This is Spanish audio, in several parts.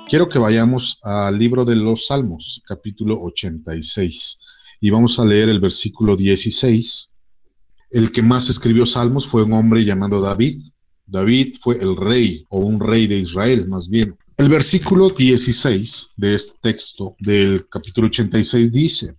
Quiero que vayamos al libro de los Salmos, capítulo 86, y vamos a leer el versículo 16. El que más escribió Salmos fue un hombre llamado David. David fue el rey, o un rey de Israel, más bien. El versículo 16 de este texto del capítulo 86 dice: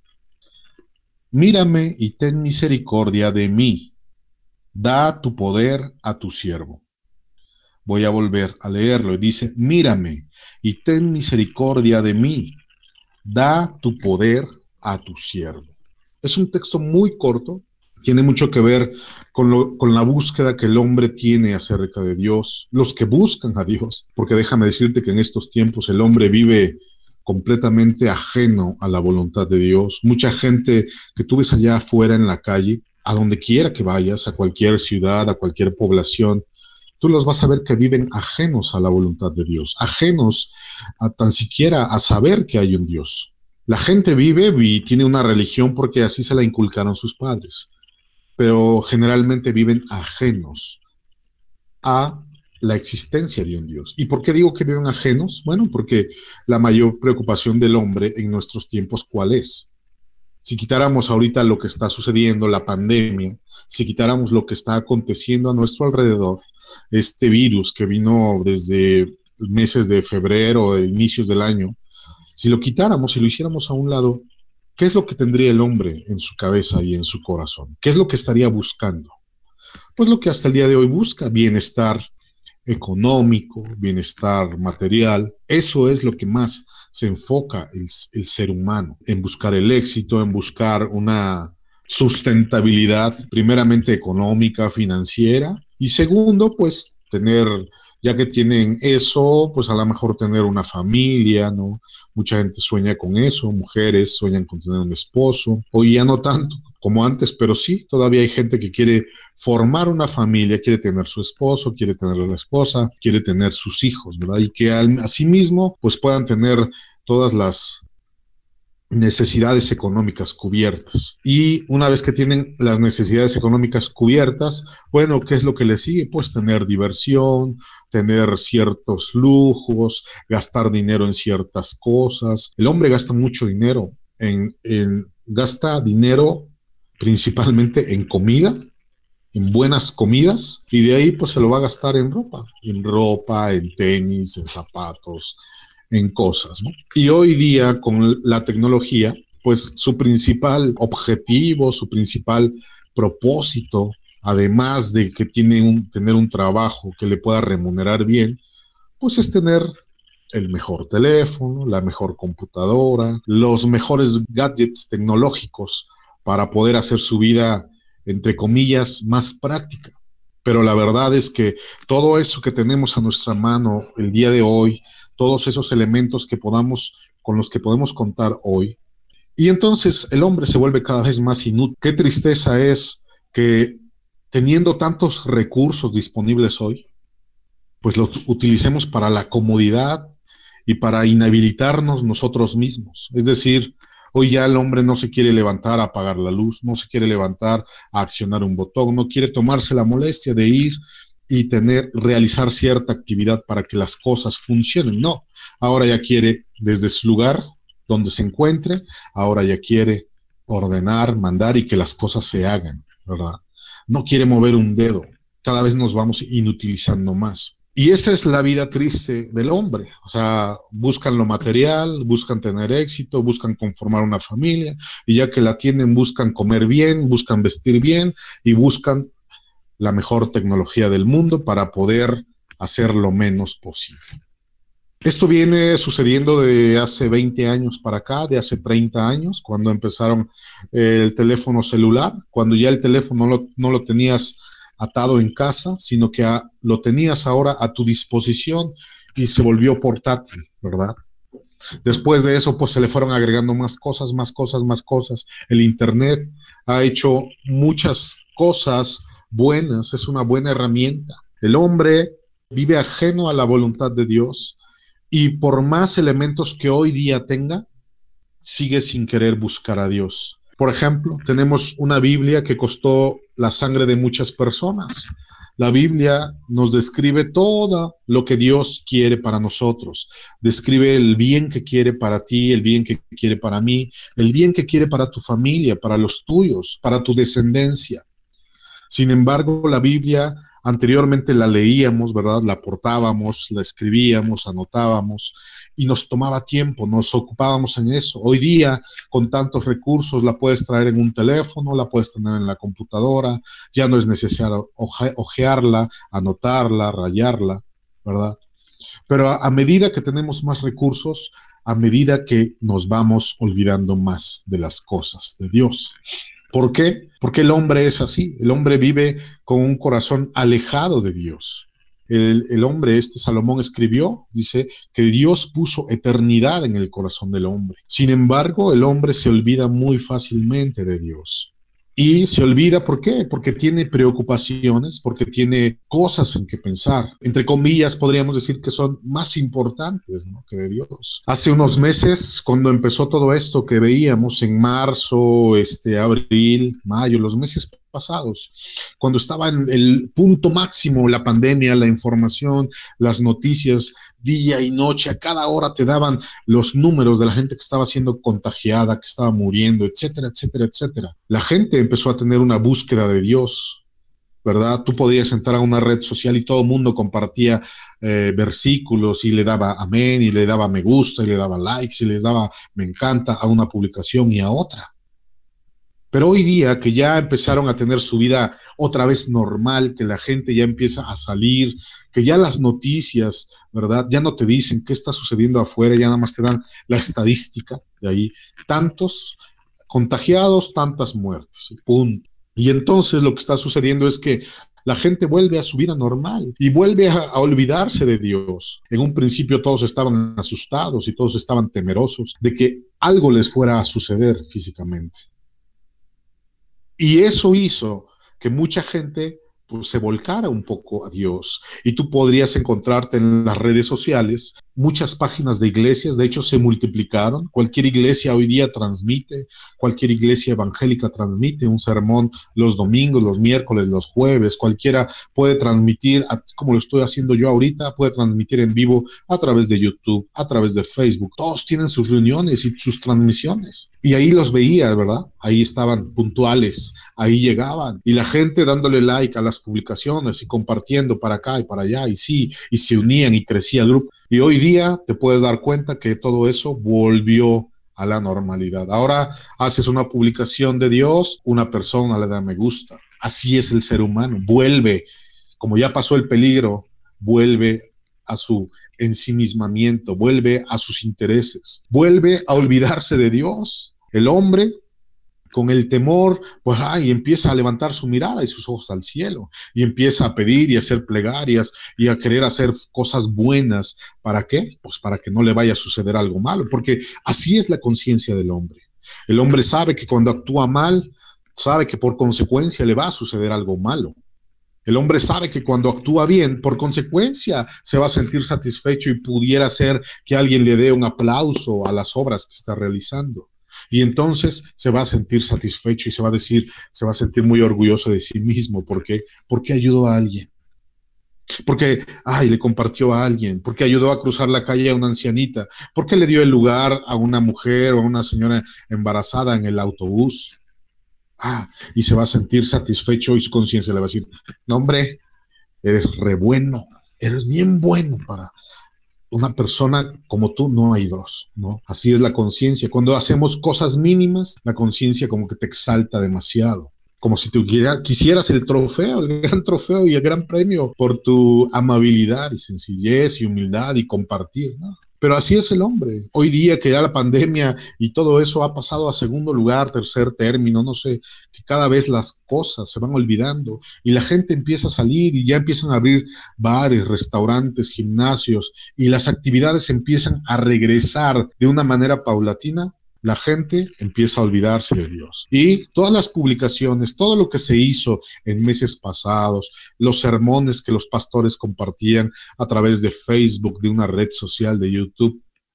Mírame y ten misericordia de mí, da tu poder a tu siervo. Voy a volver a leerlo y dice: mírame y ten misericordia de mí, da tu poder a tu siervo. Es un texto muy corto, tiene mucho que ver con la búsqueda que el hombre tiene acerca de Dios, los que buscan a Dios, porque déjame decirte que en estos tiempos el hombre vive completamente ajeno a la voluntad de Dios. Mucha gente que tú ves allá afuera en la calle, a donde quiera que vayas, a cualquier ciudad, a cualquier población, tú los vas a ver que viven ajenos a la voluntad de Dios, ajenos a tan siquiera a saber que hay un Dios. La gente vive y tiene una religión porque así se la inculcaron sus padres, pero generalmente viven ajenos a la existencia de un Dios. ¿Y por qué digo que viven ajenos? Bueno, porque la mayor preocupación del hombre en nuestros tiempos, ¿cuál es? Si quitáramos ahorita lo que está sucediendo, la pandemia, si quitáramos lo que está aconteciendo a nuestro alrededor, este virus que vino desde meses de febrero, inicios del año, si lo quitáramos y lo hiciéramos a un lado, ¿qué es lo que tendría el hombre en su cabeza y en su corazón? ¿Qué es lo que estaría buscando? Pues lo que hasta el día de hoy busca: bienestar económico, bienestar material. Eso es lo que más se enfoca el ser humano, en buscar el éxito, en buscar una sustentabilidad, primeramente económica, financiera, y segundo, pues tener, ya que tienen eso, pues a lo mejor tener una familia, ¿no? Mucha gente sueña con eso, mujeres sueñan con tener un esposo, hoy ya no tanto como antes, pero sí, todavía hay gente que quiere formar una familia, quiere tener su esposo, quiere tener la esposa, quiere tener sus hijos, ¿verdad? Y que asimismo pues puedan tener todas las necesidades económicas cubiertas. Y una vez que tienen las necesidades económicas cubiertas, bueno, ¿qué es lo que les sigue? Pues tener diversión, tener ciertos lujos, gastar dinero en ciertas cosas. El hombre gasta mucho dinero gasta dinero principalmente en comida, en buenas comidas, y de ahí pues se lo va a gastar en ropa, en tenis, en zapatos, en cosas, ¿no? Y hoy día con la tecnología, pues su principal objetivo, su principal propósito, además de que tener un trabajo que le pueda remunerar bien, pues es tener el mejor teléfono, la mejor computadora, los mejores gadgets tecnológicos para poder hacer su vida, entre comillas, más práctica. Pero la verdad es que todo eso que tenemos a nuestra mano el día de hoy, todos esos elementos con los que podemos contar hoy, y entonces el hombre se vuelve cada vez más inútil. Qué tristeza es que teniendo tantos recursos disponibles hoy, pues los utilicemos para la comodidad y para inhabilitarnos nosotros mismos. Es decir, hoy ya el hombre no se quiere levantar a apagar la luz, no se quiere levantar a accionar un botón, no quiere tomarse la molestia de ir y realizar cierta actividad para que las cosas funcionen. No, ahora ya quiere desde su lugar donde se encuentre, ahora ya quiere ordenar, mandar y que las cosas se hagan, ¿verdad? No quiere mover un dedo. Cada vez nos vamos inutilizando más. Y esa es la vida triste del hombre. O sea, buscan lo material, buscan tener éxito, buscan conformar una familia, y ya que la tienen, buscan comer bien, buscan vestir bien y buscan la mejor tecnología del mundo para poder hacer lo menos posible. Esto viene sucediendo de hace 20 años para acá, de hace 30 años, cuando empezaron el teléfono celular, cuando ya el teléfono no lo tenías atado en casa, sino que lo tenías ahora a tu disposición y se volvió portátil, ¿verdad? Después de eso, pues se le fueron agregando más cosas, más cosas, más cosas. El Internet ha hecho muchas cosas buenas, es una buena herramienta. El hombre vive ajeno a la voluntad de Dios y por más elementos que hoy día tenga, sigue sin querer buscar a Dios. Por ejemplo, tenemos una Biblia que costó la sangre de muchas personas. La Biblia nos describe todo lo que Dios quiere para nosotros. Describe el bien que quiere para ti, el bien que quiere para mí, el bien que quiere para tu familia, para los tuyos, para tu descendencia. Sin embargo, la Biblia anteriormente la leíamos, ¿verdad? La portábamos, la escribíamos, anotábamos y nos tomaba tiempo, nos ocupábamos en eso. Hoy día, con tantos recursos, la puedes traer en un teléfono, la puedes tener en la computadora, ya no es necesario hojearla, anotarla, rayarla, ¿verdad? Pero a medida que tenemos más recursos, a medida que nos vamos olvidando más de las cosas de Dios. ¿Por qué? Porque el hombre es así. El hombre vive con un corazón alejado de Dios. El hombre, Salomón escribió, dice que Dios puso eternidad en el corazón del hombre. Sin embargo, el hombre se olvida muy fácilmente de Dios. Y se olvida, ¿por qué? Porque tiene preocupaciones, porque tiene cosas en que pensar. Entre comillas, podríamos decir que son más importantes, ¿no?, que de Dios. Hace unos meses, cuando empezó todo esto que veíamos en marzo, abril, mayo, los meses pasados, cuando estaba en el punto máximo la pandemia, la información, las noticias, día y noche, a cada hora te daban los números de la gente que estaba siendo contagiada, que estaba muriendo, etcétera, etcétera, etcétera. La gente empezó a tener una búsqueda de Dios, ¿verdad? Tú podías entrar a una red social y todo el mundo compartía versículos y le daba amén, y le daba me gusta, y le daba likes, y les daba me encanta a una publicación y a otra. Pero hoy día que ya empezaron a tener su vida otra vez normal, que la gente ya empieza a salir, que ya las noticias, ¿verdad?, ya no te dicen qué está sucediendo afuera, ya nada más te dan la estadística de ahí. Tantos contagiados, tantas muertes, punto. Y entonces lo que está sucediendo es que la gente vuelve a su vida normal y vuelve a olvidarse de Dios. En un principio todos estaban asustados y todos estaban temerosos de que algo les fuera a suceder físicamente. Y eso hizo que mucha gente pues, se volcara un poco a Dios. Y tú podrías encontrarte en las redes sociales muchas páginas de iglesias, de hecho se multiplicaron. Cualquier iglesia hoy día transmite, cualquier iglesia evangélica transmite un sermón los domingos, los miércoles, los jueves. Cualquiera puede transmitir, como lo estoy haciendo yo ahorita, puede transmitir en vivo a través de YouTube, a través de Facebook. Todos tienen sus reuniones y sus transmisiones. Y ahí los veía, ¿verdad? Ahí estaban puntuales, ahí llegaban. Y la gente dándole like a las publicaciones y compartiendo para acá y para allá. Y sí, y se unían y crecía el grupo. Y hoy día te puedes dar cuenta que todo eso volvió a la normalidad. Ahora haces una publicación de Dios, una persona le da me gusta. Así es el ser humano. Vuelve, como ya pasó el peligro, vuelve a su ensimismamiento, vuelve a sus intereses, vuelve a olvidarse de Dios. El hombre, con el temor, pues y empieza a levantar su mirada y sus ojos al cielo, y empieza a pedir y a hacer plegarias y a querer hacer cosas buenas. ¿Para qué? Pues para que no le vaya a suceder algo malo, porque así es la conciencia del hombre. El hombre sabe que cuando actúa mal, sabe que por consecuencia le va a suceder algo malo. El hombre sabe que cuando actúa bien, por consecuencia, se va a sentir satisfecho y pudiera ser que alguien le dé un aplauso a las obras que está realizando. Y entonces se va a sentir satisfecho y se va a sentir muy orgulloso de sí mismo. ¿Por qué? Porque ayudó a alguien. Porque, le compartió a alguien. Porque ayudó a cruzar la calle a una ancianita. Porque le dio el lugar a una mujer o a una señora embarazada en el autobús. Y se va a sentir satisfecho y su conciencia le va a decir, no, hombre, eres re bueno, eres bien bueno para una persona como tú, no hay dos, ¿no? Así es la conciencia. Cuando hacemos cosas mínimas, la conciencia como que te exalta demasiado. Como si tú quisieras el trofeo, el gran trofeo y el gran premio por tu amabilidad y sencillez y humildad y compartir, ¿no? Pero así es el hombre. Hoy día que ya la pandemia y todo eso ha pasado a segundo lugar, tercer término, no sé, que cada vez las cosas se van olvidando y la gente empieza a salir y ya empiezan a abrir bares, restaurantes, gimnasios y las actividades empiezan a regresar de una manera paulatina. La gente empieza a olvidarse de Dios. Y todas las publicaciones, todo lo que se hizo en meses pasados, los sermones que los pastores compartían a través de Facebook, de una red social, de YouTube,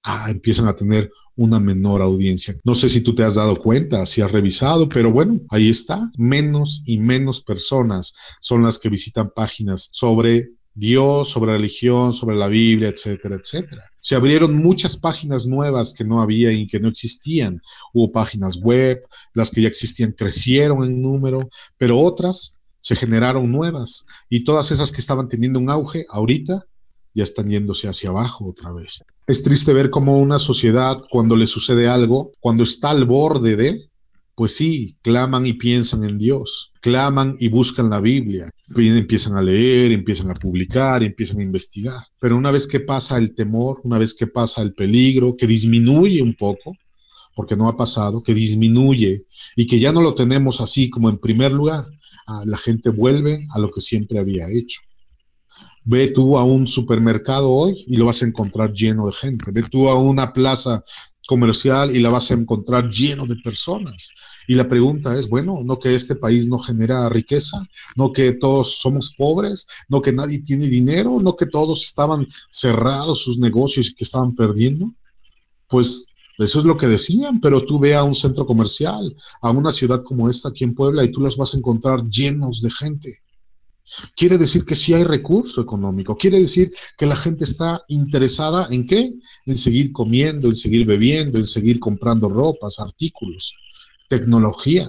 empiezan a tener una menor audiencia. No sé si tú te has dado cuenta, si has revisado, pero bueno, ahí está. Menos y menos personas son las que visitan páginas sobre Dios, sobre religión, sobre la Biblia, etcétera, etcétera. Se abrieron muchas páginas nuevas que no había y que no existían. Hubo páginas web, las que ya existían crecieron en número, pero otras se generaron nuevas y todas esas que estaban teniendo un auge ahorita ya están yéndose hacia abajo otra vez. Es triste ver cómo una sociedad, cuando le sucede algo, cuando está al borde de, pues sí, claman y piensan en Dios, claman y buscan la Biblia, empiezan a leer, empiezan a publicar, empiezan a investigar. Pero una vez que pasa el temor, una vez que pasa el peligro, que disminuye un poco, porque no ha pasado, que disminuye y que ya no lo tenemos así como en primer lugar, la gente vuelve a lo que siempre había hecho. Ve tú a un supermercado hoy y lo vas a encontrar lleno de gente. Ve tú a una plaza comercial y la vas a encontrar lleno de personas. Y la pregunta es, bueno, ¿no que este país no genera riqueza? ¿No que todos somos pobres? ¿No que nadie tiene dinero? ¿No que todos estaban cerrados sus negocios y que estaban perdiendo? Pues eso es lo que decían, pero tú ve a un centro comercial, a una ciudad como esta aquí en Puebla y tú los vas a encontrar llenos de gente. Quiere decir que sí hay recurso económico, quiere decir que la gente está interesada ¿en qué? En seguir comiendo, en seguir bebiendo, en seguir comprando ropas, artículos, tecnología.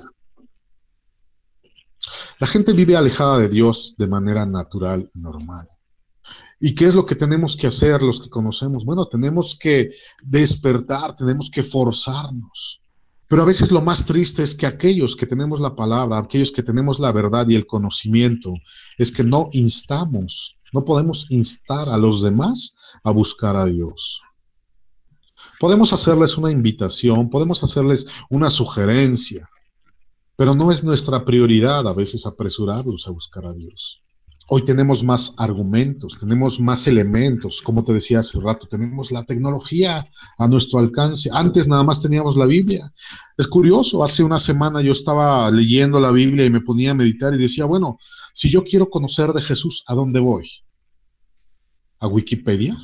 La gente vive alejada de Dios de manera natural y normal. ¿Y qué es lo que tenemos que hacer los que conocemos? Bueno, tenemos que despertar, tenemos que forzarnos. Pero a veces lo más triste es que aquellos que tenemos la palabra, aquellos que tenemos la verdad y el conocimiento, es que no instamos, no podemos instar a los demás a buscar a Dios. Podemos hacerles una invitación, podemos hacerles una sugerencia, pero no es nuestra prioridad a veces apresurarlos a buscar a Dios. Hoy tenemos más argumentos, tenemos más elementos, como te decía hace rato, tenemos la tecnología a nuestro alcance. Antes nada más teníamos la Biblia. Es curioso, hace una semana yo estaba leyendo la Biblia y me ponía a meditar y decía, bueno, si yo quiero conocer de Jesús, ¿a dónde voy? ¿A Wikipedia?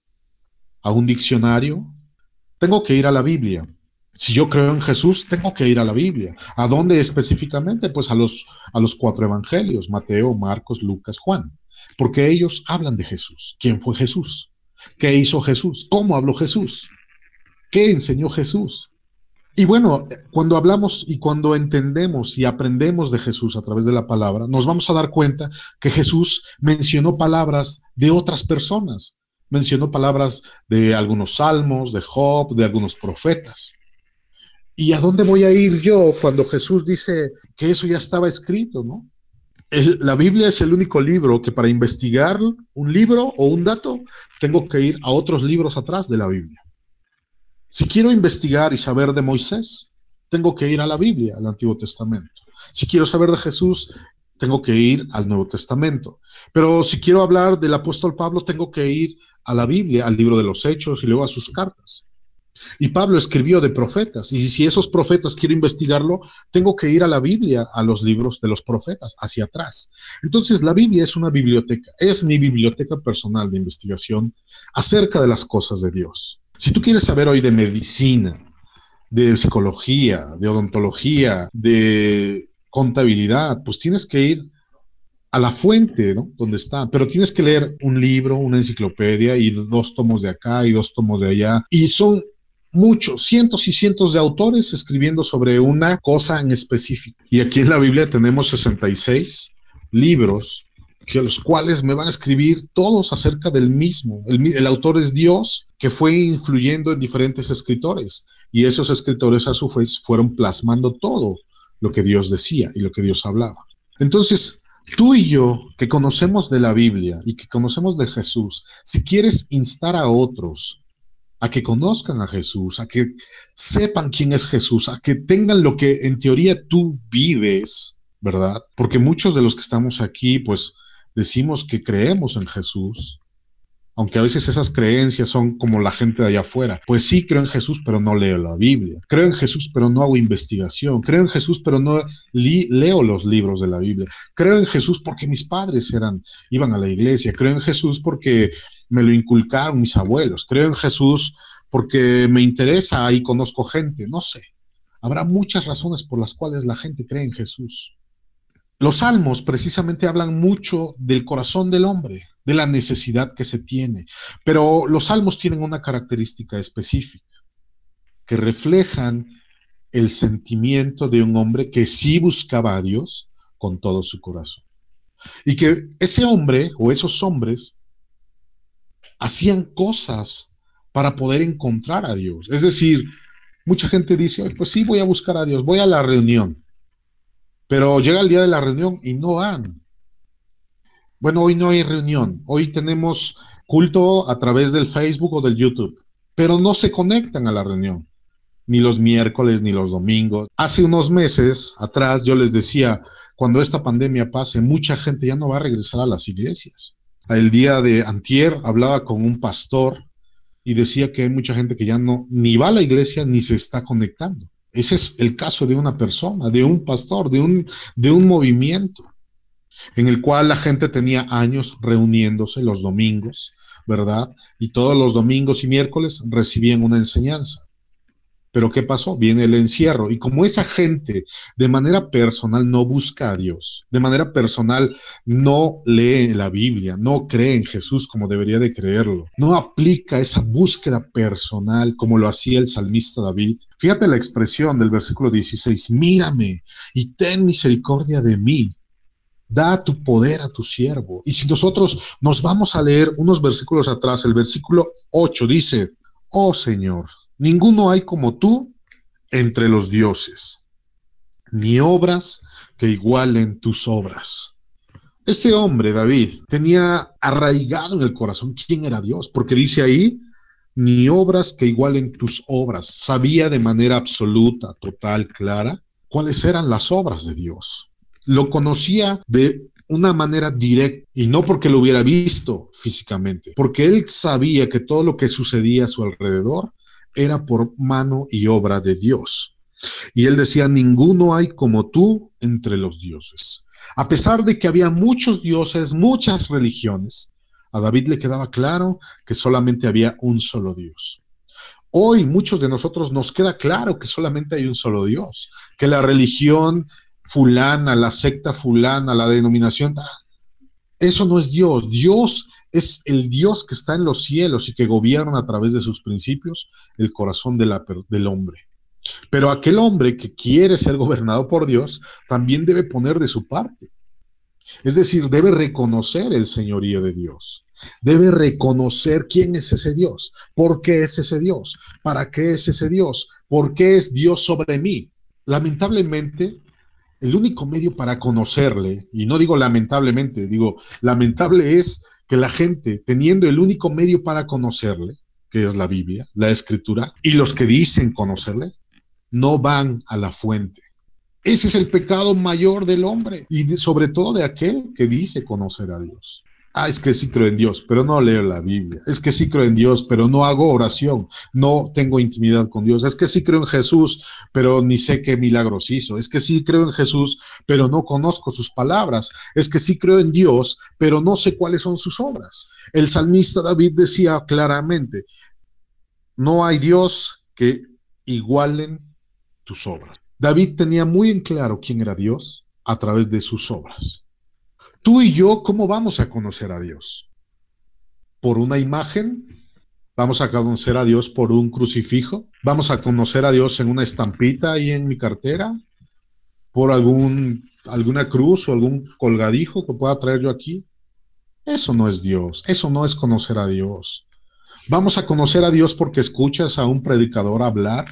¿A un diccionario? Tengo que ir a la Biblia. Si yo creo en Jesús, tengo que ir a la Biblia. ¿A dónde específicamente? Pues a los 4 evangelios, Mateo, Marcos, Lucas, Juan. Porque ellos hablan de Jesús. ¿Quién fue Jesús? ¿Qué hizo Jesús? ¿Cómo habló Jesús? ¿Qué enseñó Jesús? Y bueno, cuando hablamos y cuando entendemos y aprendemos de Jesús a través de la palabra, nos vamos a dar cuenta que Jesús mencionó palabras de otras personas. Mencionó palabras de algunos salmos, de Job, de algunos profetas. ¿Y a dónde voy a ir yo cuando Jesús dice que eso ya estaba escrito, no? La Biblia es el único libro que para investigar un libro o un dato, tengo que ir a otros libros atrás de la Biblia. Si quiero investigar y saber de Moisés, tengo que ir a la Biblia, al Antiguo Testamento. Si quiero saber de Jesús, tengo que ir al Nuevo Testamento. Pero si quiero hablar del apóstol Pablo, tengo que ir a la Biblia, al libro de los Hechos y luego a sus cartas. Y Pablo escribió de profetas, y si esos profetas quiero investigarlo, tengo que ir a la Biblia, a los libros de los profetas, hacia atrás. Entonces la Biblia es una biblioteca, es mi biblioteca personal de investigación acerca de las cosas de Dios. Si tú quieres saber hoy de medicina, de psicología, de odontología, de contabilidad, pues tienes que ir a la fuente, ¿no? Donde está, pero tienes que leer un libro, una enciclopedia y 2 tomos de acá y 2 tomos de allá, y son muchos, cientos y cientos de autores escribiendo sobre una cosa en específico. Y aquí en la Biblia tenemos 66 libros, que los cuales me van a escribir todos acerca del mismo. El autor es Dios, que fue influyendo en diferentes escritores, y esos escritores a su vez fueron plasmando todo lo que Dios decía y lo que Dios hablaba. Entonces, tú y yo, que conocemos de la Biblia y que conocemos de Jesús, si quieres instar a otros a que conozcan a Jesús, a que sepan quién es Jesús, a que tengan lo que en teoría tú vives, ¿verdad? Porque muchos de los que estamos aquí, pues decimos que creemos en Jesús, aunque a veces esas creencias son como la gente de allá afuera. Pues sí, creo en Jesús, pero no leo la Biblia. Creo en Jesús, pero no hago investigación. Creo en Jesús, pero no leo los libros de la Biblia. Creo en Jesús porque mis padres iban a la iglesia. Creo en Jesús porque me lo inculcaron mis abuelos. Creo en Jesús porque me interesa y conozco gente, no sé. Habrá muchas razones por las cuales la gente cree en Jesús. Los salmos precisamente hablan mucho del corazón del hombre, de la necesidad que se tiene, pero los salmos tienen una característica específica, que reflejan el sentimiento de un hombre que sí buscaba a Dios con todo su corazón. Y que ese hombre o esos hombres hacían cosas para poder encontrar a Dios. Es decir, mucha gente dice, pues sí, voy a buscar a Dios, voy a la reunión, pero llega el día de la reunión y no van. Bueno, hoy no hay reunión, hoy tenemos culto a través del Facebook o del YouTube, pero no se conectan a la reunión, ni los miércoles ni los domingos. Hace unos meses atrás yo les decía, cuando esta pandemia pase, mucha gente ya no va a regresar a las iglesias. El día de antier hablaba con un pastor y decía que hay mucha gente que ya no ni va a la iglesia ni se está conectando. Ese es el caso de una persona, de un pastor, de un movimiento en el cual la gente tenía años reuniéndose los domingos, ¿verdad? Y todos los domingos y miércoles recibían una enseñanza. Pero ¿qué pasó? Viene el encierro y como esa gente de manera personal no busca a Dios, de manera personal no lee la Biblia, no cree en Jesús como debería de creerlo, no aplica esa búsqueda personal como lo hacía el salmista David. Fíjate la expresión del versículo 16, mírame y ten misericordia de mí. Da tu poder a tu siervo. Y si nosotros nos vamos a leer unos versículos atrás, el versículo 8 dice, oh Señor, ninguno hay como tú entre los dioses, ni obras que igualen tus obras. Este hombre, David, tenía arraigado en el corazón quién era Dios, porque dice ahí, ni obras que igualen tus obras. Sabía de manera absoluta, total, clara, cuáles eran las obras de Dios. Lo conocía de una manera directa y no porque lo hubiera visto físicamente, porque él sabía que todo lo que sucedía a su alrededor era por mano y obra de Dios. Y él decía, ninguno hay como tú entre los dioses. A pesar de que había muchos dioses, muchas religiones, a David le quedaba claro que solamente había un solo Dios. Hoy muchos de nosotros nos queda claro que solamente hay un solo Dios, que la religión fulana, la secta fulana, la denominación, eso no es Dios. Dios es el Dios que está en los cielos y que gobierna a través de sus principios el corazón del hombre. Pero aquel hombre que quiere ser gobernado por Dios también debe poner de su parte. Es decir, debe reconocer el señorío de Dios. Debe reconocer quién es ese Dios, por qué es ese Dios, para qué es ese Dios, por qué es Dios sobre mí. Lamentablemente, el único medio para conocerle, y no digo lamentablemente, digo lamentable es que la gente, teniendo el único medio para conocerle, que es la Biblia, la Escritura, y los que dicen conocerle, no van a la fuente. Ese es el pecado mayor del hombre, y sobre todo de aquel que dice conocer a Dios. Es que sí creo en Dios, pero no leo la Biblia. Es que sí creo en Dios, pero no hago oración. No tengo intimidad con Dios. Es que sí creo en Jesús, pero ni sé qué milagros hizo. Es que sí creo en Jesús, pero no conozco sus palabras. Es que sí creo en Dios, pero no sé cuáles son sus obras. El salmista David decía claramente, no hay Dios que igualen tus obras. David tenía muy en claro quién era Dios a través de sus obras. Tú y yo, ¿cómo vamos a conocer a Dios? ¿Por una imagen? ¿Vamos a conocer a Dios por un crucifijo? ¿Vamos a conocer a Dios en una estampita ahí en mi cartera? ¿Por alguna cruz o algún colgadijo que pueda traer yo aquí? Eso no es Dios, eso no es conocer a Dios. ¿Vamos a conocer a Dios porque escuchas a un predicador hablar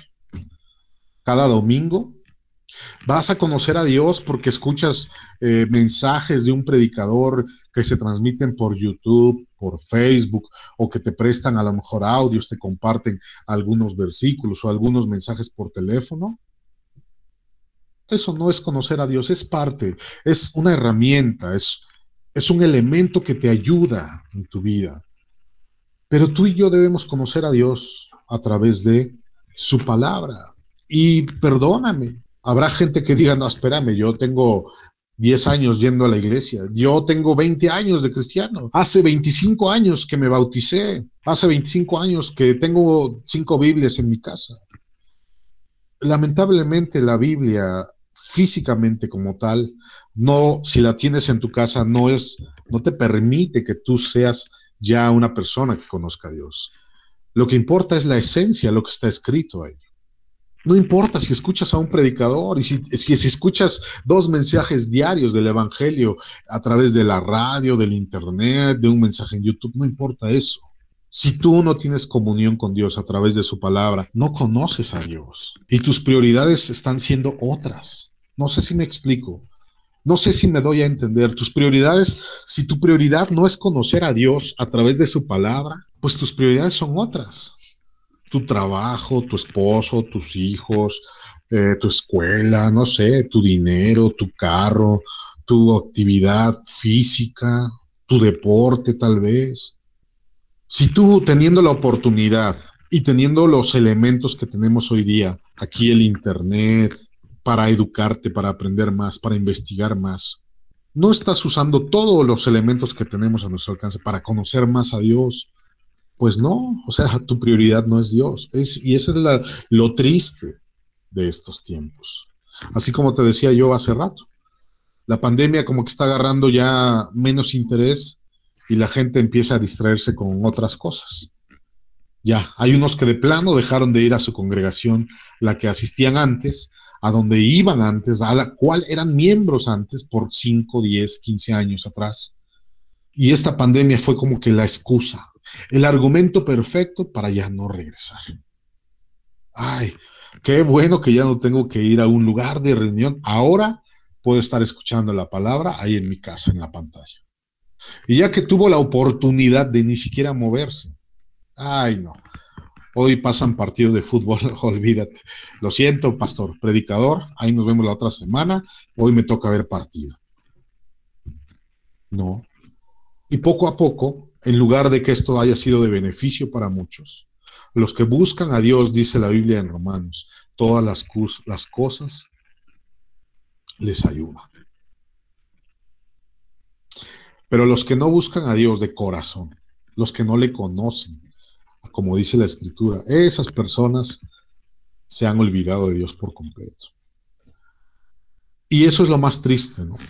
cada domingo? ¿Vas a conocer a Dios porque escuchas mensajes de un predicador que se transmiten por YouTube, por Facebook, o que te prestan a lo mejor audios, te comparten algunos versículos o algunos mensajes por teléfono? Eso no es conocer a Dios, es parte, es una herramienta, es un elemento que te ayuda en tu vida. Pero tú y yo debemos conocer a Dios a través de su palabra. Y perdóname, habrá gente que diga, no, espérame, yo tengo 10 años yendo a la iglesia. Yo tengo 20 años de cristiano. Hace 25 años que me bauticé. Hace 25 años que tengo 5 Biblias en mi casa. Lamentablemente la Biblia físicamente como tal, no, si la tienes en tu casa, no te permite que tú seas ya una persona que conozca a Dios. Lo que importa es la esencia, lo que está escrito ahí. No importa si escuchas a un predicador y si escuchas 2 mensajes diarios del Evangelio a través de la radio, del internet, de un mensaje en YouTube, no importa eso. Si tú no tienes comunión con Dios a través de su palabra, no conoces a Dios y tus prioridades están siendo otras. No sé si me explico. No sé si me doy a entender. Tus prioridades, si tu prioridad no es conocer a Dios a través de su palabra, pues tus prioridades son otras. Tu trabajo, tu esposo, tus hijos, tu escuela, no sé, tu dinero, tu carro, tu actividad física, tu deporte tal vez. Si tú teniendo la oportunidad y teniendo los elementos que tenemos hoy día, aquí el internet, para educarte, para aprender más, para investigar más, no estás usando todos los elementos que tenemos a nuestro alcance para conocer más a Dios, pues no, o sea, tu prioridad no es Dios. Y eso es lo triste de estos tiempos. Así como te decía yo hace rato, la pandemia como que está agarrando ya menos interés y la gente empieza a distraerse con otras cosas. Ya, hay unos que de plano dejaron de ir a su congregación, la que asistían antes, a donde iban antes, a la cual eran miembros antes por 5, 10, 15 años atrás. Y esta pandemia fue como que la excusa, el argumento perfecto para ya no regresar. Ay, qué bueno que ya no tengo que ir a un lugar de reunión. Ahora puedo estar escuchando la palabra ahí en mi casa, en la pantalla. Y ya que tuvo la oportunidad de ni siquiera moverse. Ay, no. Hoy pasan partidos de fútbol, olvídate. Lo siento, pastor, predicador, ahí nos vemos la otra semana. Hoy me toca ver partido. No. Y poco a poco, en lugar de que esto haya sido de beneficio para muchos, los que buscan a Dios, dice la Biblia en Romanos, todas las cosas les ayudan. Pero los que no buscan a Dios de corazón, los que no le conocen, como dice la Escritura, esas personas se han olvidado de Dios por completo. Y eso es lo más triste, ¿no?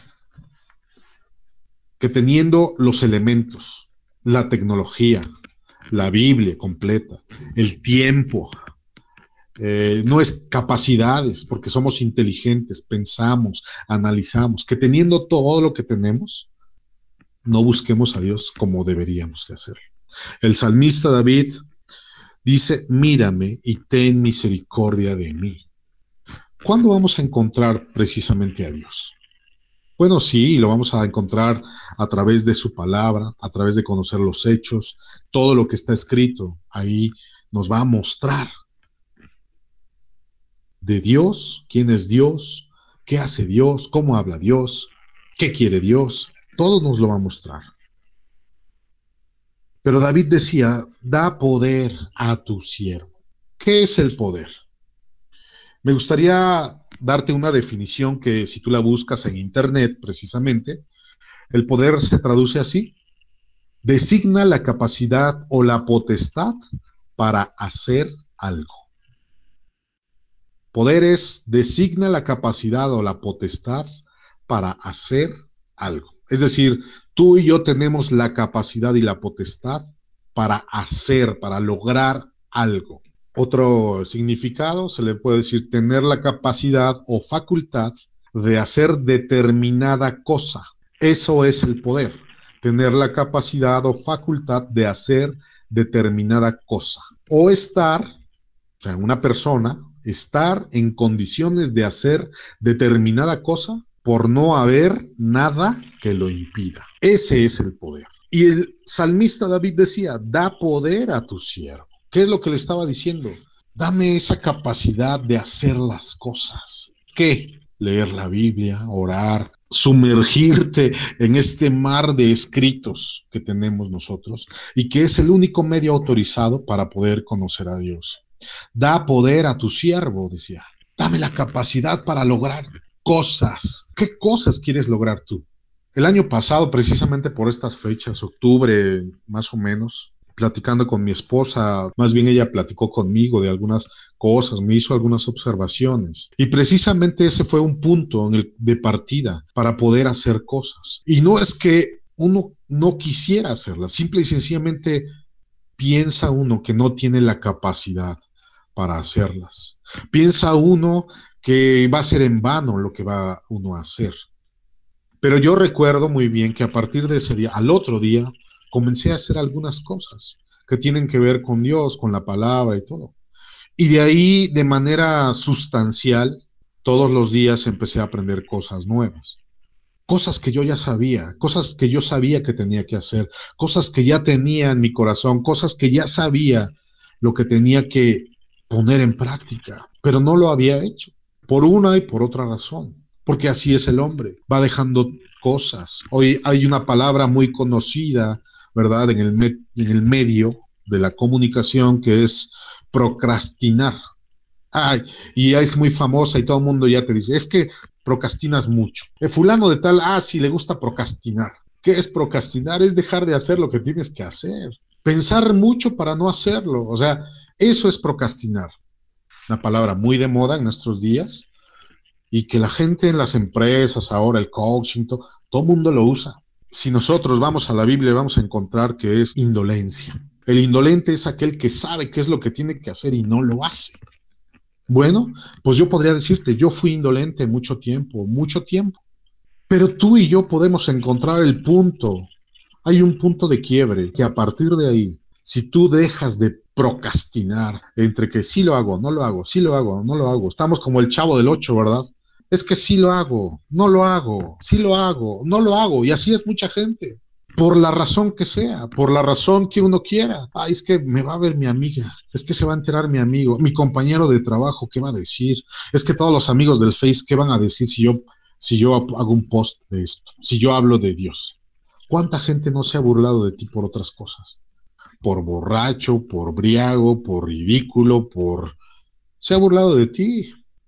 Que teniendo los elementos, la tecnología, la Biblia completa, el tiempo, nuestras capacidades, porque somos inteligentes, pensamos, analizamos, que teniendo todo lo que tenemos, no busquemos a Dios como deberíamos de hacer. El salmista David dice, mírame y ten misericordia de mí. ¿Cuándo vamos a encontrar precisamente a Dios? Bueno, sí, lo vamos a encontrar a través de su palabra, a través de conocer los hechos, todo lo que está escrito, ahí nos va a mostrar de Dios, quién es Dios, qué hace Dios, cómo habla Dios, qué quiere Dios, todo nos lo va a mostrar. Pero David decía, da poder a tu siervo. ¿Qué es el poder? Me gustaría darte una definición que si tú la buscas en internet precisamente, el poder se traduce así, designa la capacidad o la potestad para hacer algo. Poder es, designa la capacidad o la potestad para hacer algo. Es decir, tú y yo tenemos la capacidad y la potestad para hacer, para lograr algo. Otro significado se le puede decir tener la capacidad o facultad de hacer determinada cosa. Eso es el poder, tener la capacidad o facultad de hacer determinada cosa. O estar, o sea, una persona, estar en condiciones de hacer determinada cosa por no haber nada que lo impida. Ese es el poder. Y el salmista David decía, da poder a tu siervo. ¿Qué es lo que le estaba diciendo? Dame esa capacidad de hacer las cosas. ¿Qué? Leer la Biblia, orar, sumergirte en este mar de escritos que tenemos nosotros y que es el único medio autorizado para poder conocer a Dios. Da poder a tu siervo, decía. Dame la capacidad para lograr. cosas. ¿Qué cosas quieres lograr tú? El año pasado, precisamente por estas fechas, octubre más o menos, platicando con mi esposa, más bien ella platicó conmigo de algunas cosas, me hizo algunas observaciones. Y precisamente ese fue un punto de partida para poder hacer cosas. Y no es que uno no quisiera hacerlas, simple y sencillamente piensa uno que no tiene la capacidad para hacerlas. Piensa uno que va a ser en vano lo que va uno a hacer. Pero yo recuerdo muy bien que a partir de ese día, al otro día, comencé a hacer algunas cosas que tienen que ver con Dios, con la palabra y todo. Y de ahí, de manera sustancial, todos los días empecé a aprender cosas nuevas. Cosas que yo ya sabía, cosas que yo sabía que tenía que hacer, cosas que ya tenía en mi corazón, cosas que ya sabía lo que tenía que poner en práctica, pero no lo había hecho, por una y por otra razón, porque así es el hombre, va dejando cosas. Hoy hay una palabra muy conocida, ¿verdad?, en el medio de la comunicación, que es procrastinar. Ay, y es muy famosa y todo el mundo ya te dice, es que procrastinas mucho. El fulano de tal, sí, le gusta procrastinar. ¿Qué es procrastinar? Es dejar de hacer lo que tienes que hacer. Pensar mucho para no hacerlo. O sea, eso es procrastinar. Una palabra muy de moda en nuestros días y que la gente en las empresas ahora, el coaching, todo el mundo lo usa. Si nosotros vamos a la Biblia, vamos a encontrar que es indolencia. El indolente es aquel que sabe qué es lo que tiene que hacer y no lo hace. Bueno, pues yo podría decirte, yo fui indolente mucho tiempo, pero tú y yo podemos encontrar el punto. Hay un punto de quiebre que a partir de ahí, si tú dejas de procrastinar entre que sí lo hago, no lo hago, sí lo hago, no lo hago, estamos como el Chavo del Ocho, ¿verdad? Es que sí lo hago, no lo hago, sí lo hago, no lo hago, y así es mucha gente. Por la razón que sea, por la razón que uno quiera. Es que me va a ver mi amiga, es que se va a enterar mi amigo, mi compañero de trabajo, ¿qué va a decir? Es que todos los amigos del Face, ¿qué van a decir si yo hago un post de esto? Si yo hablo de Dios. ¿Cuánta gente no se ha burlado de ti por otras cosas? Por borracho, por briago, por ridículo, se ha burlado de ti.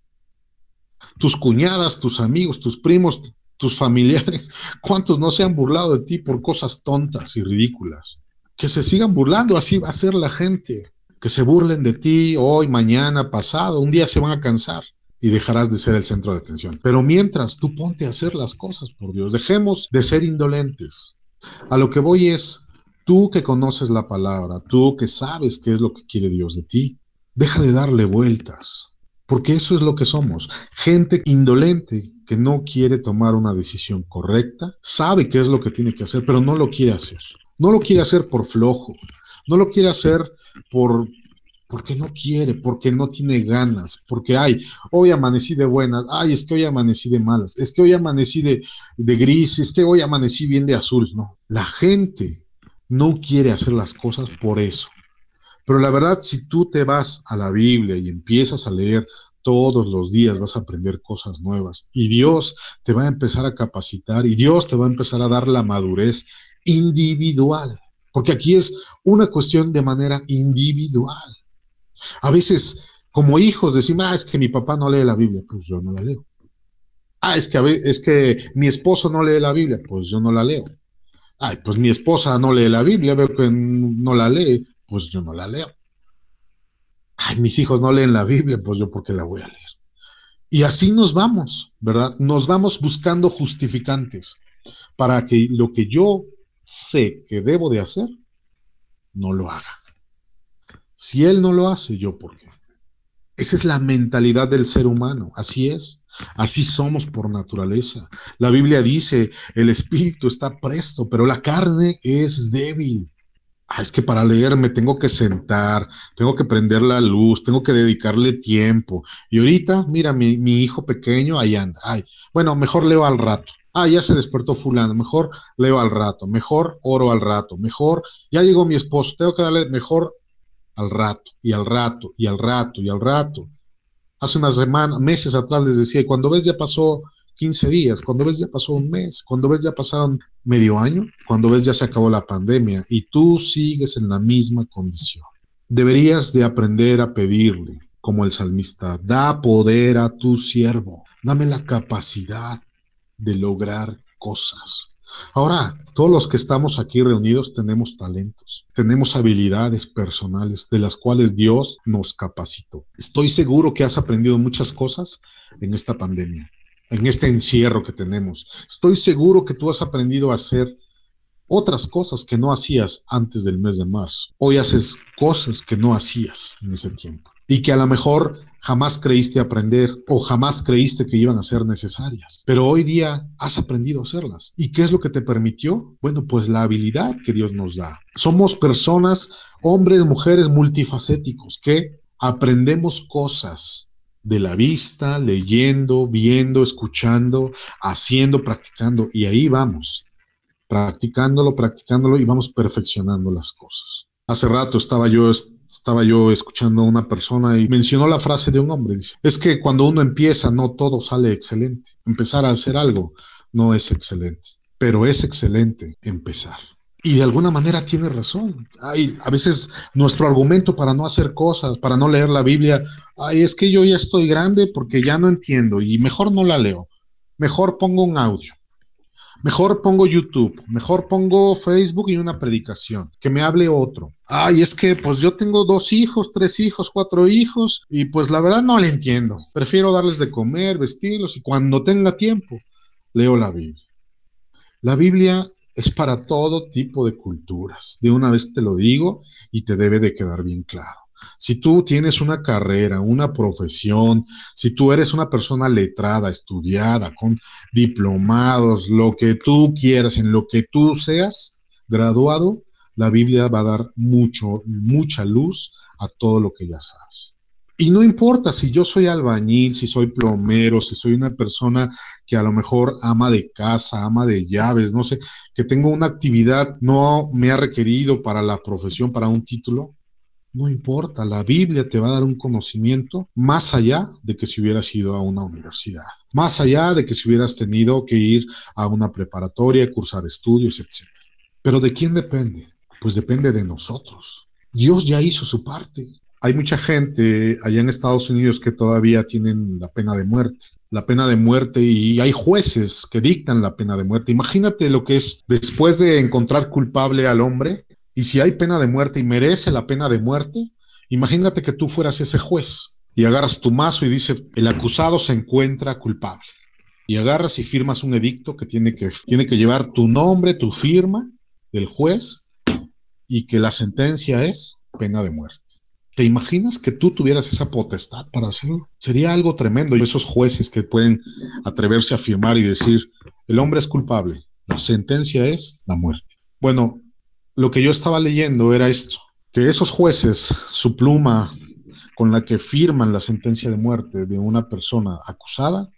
Tus cuñadas, tus amigos, tus primos, tus familiares, ¿cuántos no se han burlado de ti por cosas tontas y ridículas? Que se sigan burlando, así va a ser la gente. Que se burlen de ti hoy, mañana, pasado, un día se van a cansar y dejarás de ser el centro de atención. Pero mientras, tú ponte a hacer las cosas, por Dios. Dejemos de ser indolentes. A lo que voy es, tú que conoces la palabra, tú que sabes qué es lo que quiere Dios de ti, deja de darle vueltas. Porque eso es lo que somos, gente indolente que no quiere tomar una decisión correcta, sabe qué es lo que tiene que hacer, pero no lo quiere hacer. No lo quiere hacer por flojo, no lo quiere hacer porque no quiere, porque no tiene ganas, porque hoy amanecí de buenas, es que hoy amanecí de malas, es que hoy amanecí de gris, es que hoy amanecí bien de azul. No, la gente no quiere hacer las cosas por eso. Pero la verdad, si tú te vas a la Biblia y empiezas a leer todos los días, vas a aprender cosas nuevas y Dios te va a empezar a capacitar y Dios te va a empezar a dar la madurez individual, porque aquí es una cuestión de manera individual. A veces, como hijos, decimos, es que mi papá no lee la Biblia, pues yo no la leo. Es que mi esposo no lee la Biblia, pues yo no la leo. Pues mi esposa no lee la Biblia, veo que no la lee, pues yo no la leo. Mis hijos no leen la Biblia, pues yo por qué la voy a leer. Y así nos vamos, ¿verdad? Nos vamos buscando justificantes para que lo que yo sé que debo de hacer, no lo haga. Si él no lo hace, ¿yo por qué? Esa es la mentalidad del ser humano, así es. Así somos por naturaleza. La Biblia dice, el espíritu está presto, pero la carne es débil. Es que para leer me tengo que sentar, tengo que prender la luz, tengo que dedicarle tiempo. Y ahorita, mira, mi hijo pequeño ahí anda. Bueno, mejor leo al rato. Ya se despertó fulano, mejor leo al rato, mejor oro al rato, mejor, ya llegó mi esposo, tengo que darle mejor al rato, y al rato, y al rato, y al rato. Hace unas semanas, meses atrás les decía, y cuando ves ya pasó 15 días, cuando ves ya pasó un mes, cuando ves ya pasaron medio año, cuando ves ya se acabó la pandemia y tú sigues en la misma condición. Deberías de aprender a pedirle como el salmista, da poder a tu siervo, dame la capacidad de lograr cosas. Ahora, todos los que estamos aquí reunidos tenemos talentos, tenemos habilidades personales de las cuales Dios nos capacitó. Estoy seguro que has aprendido muchas cosas en esta pandemia, en este encierro que tenemos. Estoy seguro que tú has aprendido a hacer otras cosas que no hacías antes del mes de marzo. Hoy haces cosas que no hacías en ese tiempo y que a lo mejor jamás creíste aprender o jamás creíste que iban a ser necesarias. Pero hoy día has aprendido a hacerlas. ¿Y qué es lo que te permitió? Bueno, pues la habilidad que Dios nos da. Somos personas, hombres, mujeres multifacéticos que aprendemos cosas de la vista, leyendo, viendo, escuchando, haciendo, practicando, y ahí vamos. Practicándolo y vamos perfeccionando las cosas. Hace rato estaba yo escuchando a una persona y mencionó la frase de un hombre. Dice, es que cuando uno empieza no todo sale excelente. Empezar a hacer algo no es excelente, pero es excelente empezar. Y de alguna manera tiene razón. A veces nuestro argumento para no hacer cosas, para no leer la Biblia, es que yo ya estoy grande porque ya no entiendo y mejor no la leo. Mejor pongo un audio. Mejor pongo YouTube, mejor pongo Facebook y una predicación, que me hable otro. Es que pues yo tengo 2 hijos, 3 hijos, 4 hijos y pues la verdad no le entiendo. Prefiero darles de comer, vestirlos y cuando tenga tiempo leo la Biblia. La Biblia es para todo tipo de culturas. De una vez te lo digo y te debe de quedar bien claro. Si tú tienes una carrera, una profesión, si tú eres una persona letrada, estudiada, con diplomados, lo que tú quieras, en lo que tú seas graduado, la Biblia va a dar mucha luz a todo lo que ya sabes. Y no importa si yo soy albañil, si soy plomero, si soy una persona que a lo mejor ama de casa, ama de llaves, no sé, que tengo una actividad, no me ha requerido para la profesión, para un título. No importa, la Biblia te va a dar un conocimiento más allá de que si hubieras ido a una universidad, más allá de que si hubieras tenido que ir a una preparatoria, cursar estudios, etc. ¿Pero de quién depende? Pues depende de nosotros. Dios ya hizo su parte. Hay mucha gente allá en Estados Unidos que todavía tienen la pena de muerte. La pena de muerte y hay jueces que dictan la pena de muerte. Imagínate lo que es después de encontrar culpable al hombre. Y si hay pena de muerte y merece la pena de muerte, imagínate que tú fueras ese juez y agarras tu mazo y dice, el acusado se encuentra culpable. Y agarras y firmas un edicto que tiene que llevar tu nombre, tu firma del juez y que la sentencia es pena de muerte. ¿Te imaginas que tú tuvieras esa potestad para hacerlo? Sería algo tremendo. Y esos jueces que pueden atreverse a firmar y decir, el hombre es culpable, la sentencia es la muerte. Bueno, lo que yo estaba leyendo era esto, que esos jueces, su pluma con la que firman la sentencia de muerte de una persona acusada,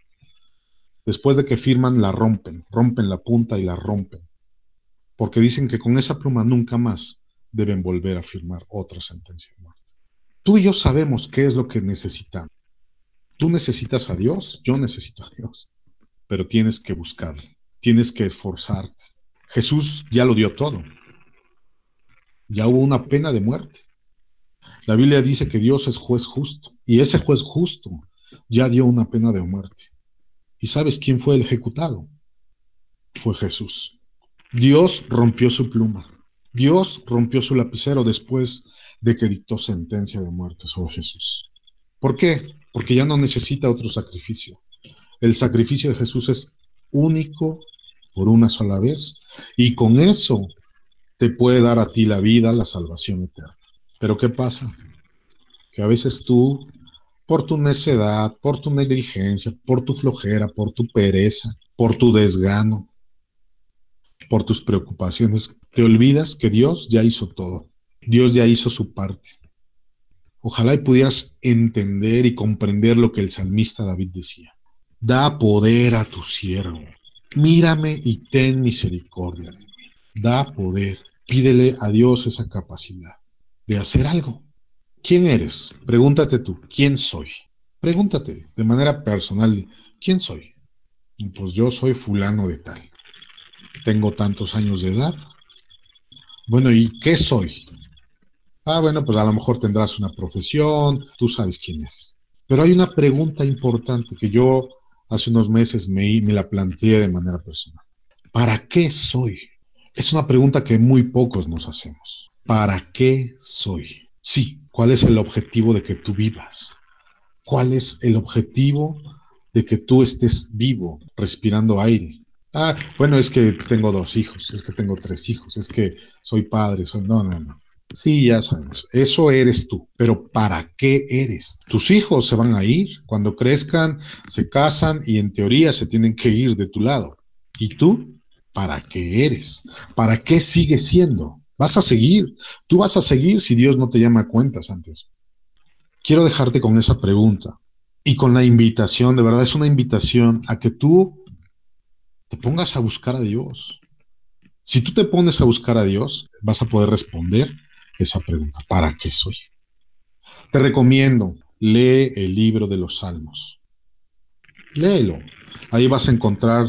después de que firman la rompen la punta y la rompen, porque dicen que con esa pluma nunca más deben volver a firmar otra sentencia de muerte. Tú y yo sabemos qué es lo que necesitamos. Tú necesitas a Dios, yo necesito a Dios, pero tienes que buscarlo, tienes que esforzarte. Jesús ya lo dio todo. Ya hubo una pena de muerte. La Biblia dice que Dios es juez justo y ese juez justo ya dio una pena de muerte. ¿Y sabes quién fue el ejecutado? Fue Jesús. Dios rompió su pluma. Dios rompió su lapicero después de que dictó sentencia de muerte sobre Jesús. ¿Por qué? Porque ya no necesita otro sacrificio. El sacrificio de Jesús es único por una sola vez y con eso te puede dar a ti la vida, la salvación eterna. Pero ¿qué pasa? Que a veces tú, por tu necedad, por tu negligencia, por tu flojera, por tu pereza, por tu desgano, por tus preocupaciones, te olvidas que Dios ya hizo todo. Dios ya hizo su parte. Ojalá y pudieras entender y comprender lo que el salmista David decía. Da poder a tu siervo. Mírame y ten misericordia de mí. Da poder. Pídele a Dios esa capacidad de hacer algo. ¿Quién eres? Pregúntate tú, ¿quién soy? Pregúntate de manera personal, ¿quién soy? Pues yo soy fulano de tal. Tengo tantos años de edad. Bueno, ¿y qué soy? Bueno, pues a lo mejor tendrás una profesión, tú sabes quién eres. Pero hay una pregunta importante que yo hace unos meses me la planteé de manera personal. ¿Para qué soy? Es una pregunta que muy pocos nos hacemos. ¿Para qué soy? Sí, ¿cuál es el objetivo de que tú vivas? ¿Cuál es el objetivo de que tú estés vivo, respirando aire? Bueno, es que tengo 2 hijos, es que tengo 3 hijos, es que soy padre, soy... No, no, no. Sí, ya sabemos, eso eres tú, pero ¿para qué eres? Tus hijos se van a ir, cuando crezcan, se casan y en teoría se tienen que ir de tu lado. ¿Y tú? ¿Para qué eres? ¿Para qué sigues siendo? Vas a seguir, tú vas a seguir si Dios no te llama a cuentas antes. Quiero dejarte con esa pregunta y con la invitación, de verdad es una invitación a que tú te pongas a buscar a Dios. Si tú te pones a buscar a Dios, vas a poder responder esa pregunta, ¿para qué soy? Te recomiendo, lee el libro de los Salmos. Léelo. Ahí vas a encontrar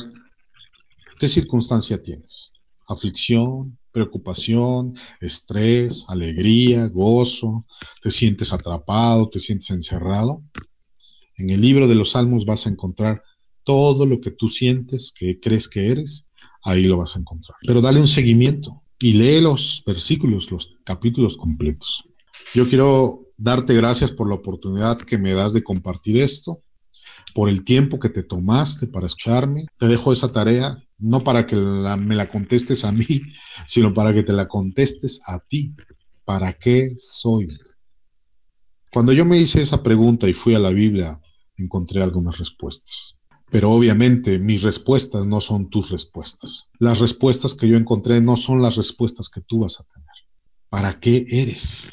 qué circunstancia tienes. Aflicción, preocupación, estrés, alegría, gozo, te sientes atrapado, te sientes encerrado. En el libro de los Salmos vas a encontrar todo lo que tú sientes, que crees que eres, ahí lo vas a encontrar. Pero dale un seguimiento y lee los versículos, los capítulos completos. Yo quiero darte gracias por la oportunidad que me das de compartir esto, por el tiempo que te tomaste para escucharme. Te dejo esa tarea, no para que me la contestes a mí, sino para que te la contestes a ti. ¿Para qué soy? Cuando yo me hice esa pregunta y fui a la Biblia, encontré algunas respuestas. Pero obviamente mis respuestas no son tus respuestas. Las respuestas que yo encontré no son las respuestas que tú vas a tener. ¿Para qué eres?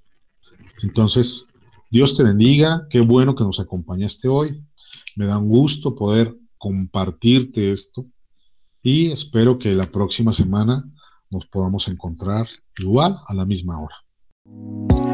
Entonces, Dios te bendiga. Qué bueno que nos acompañaste hoy. Me da un gusto poder compartirte esto y espero que la próxima semana nos podamos encontrar igual a la misma hora.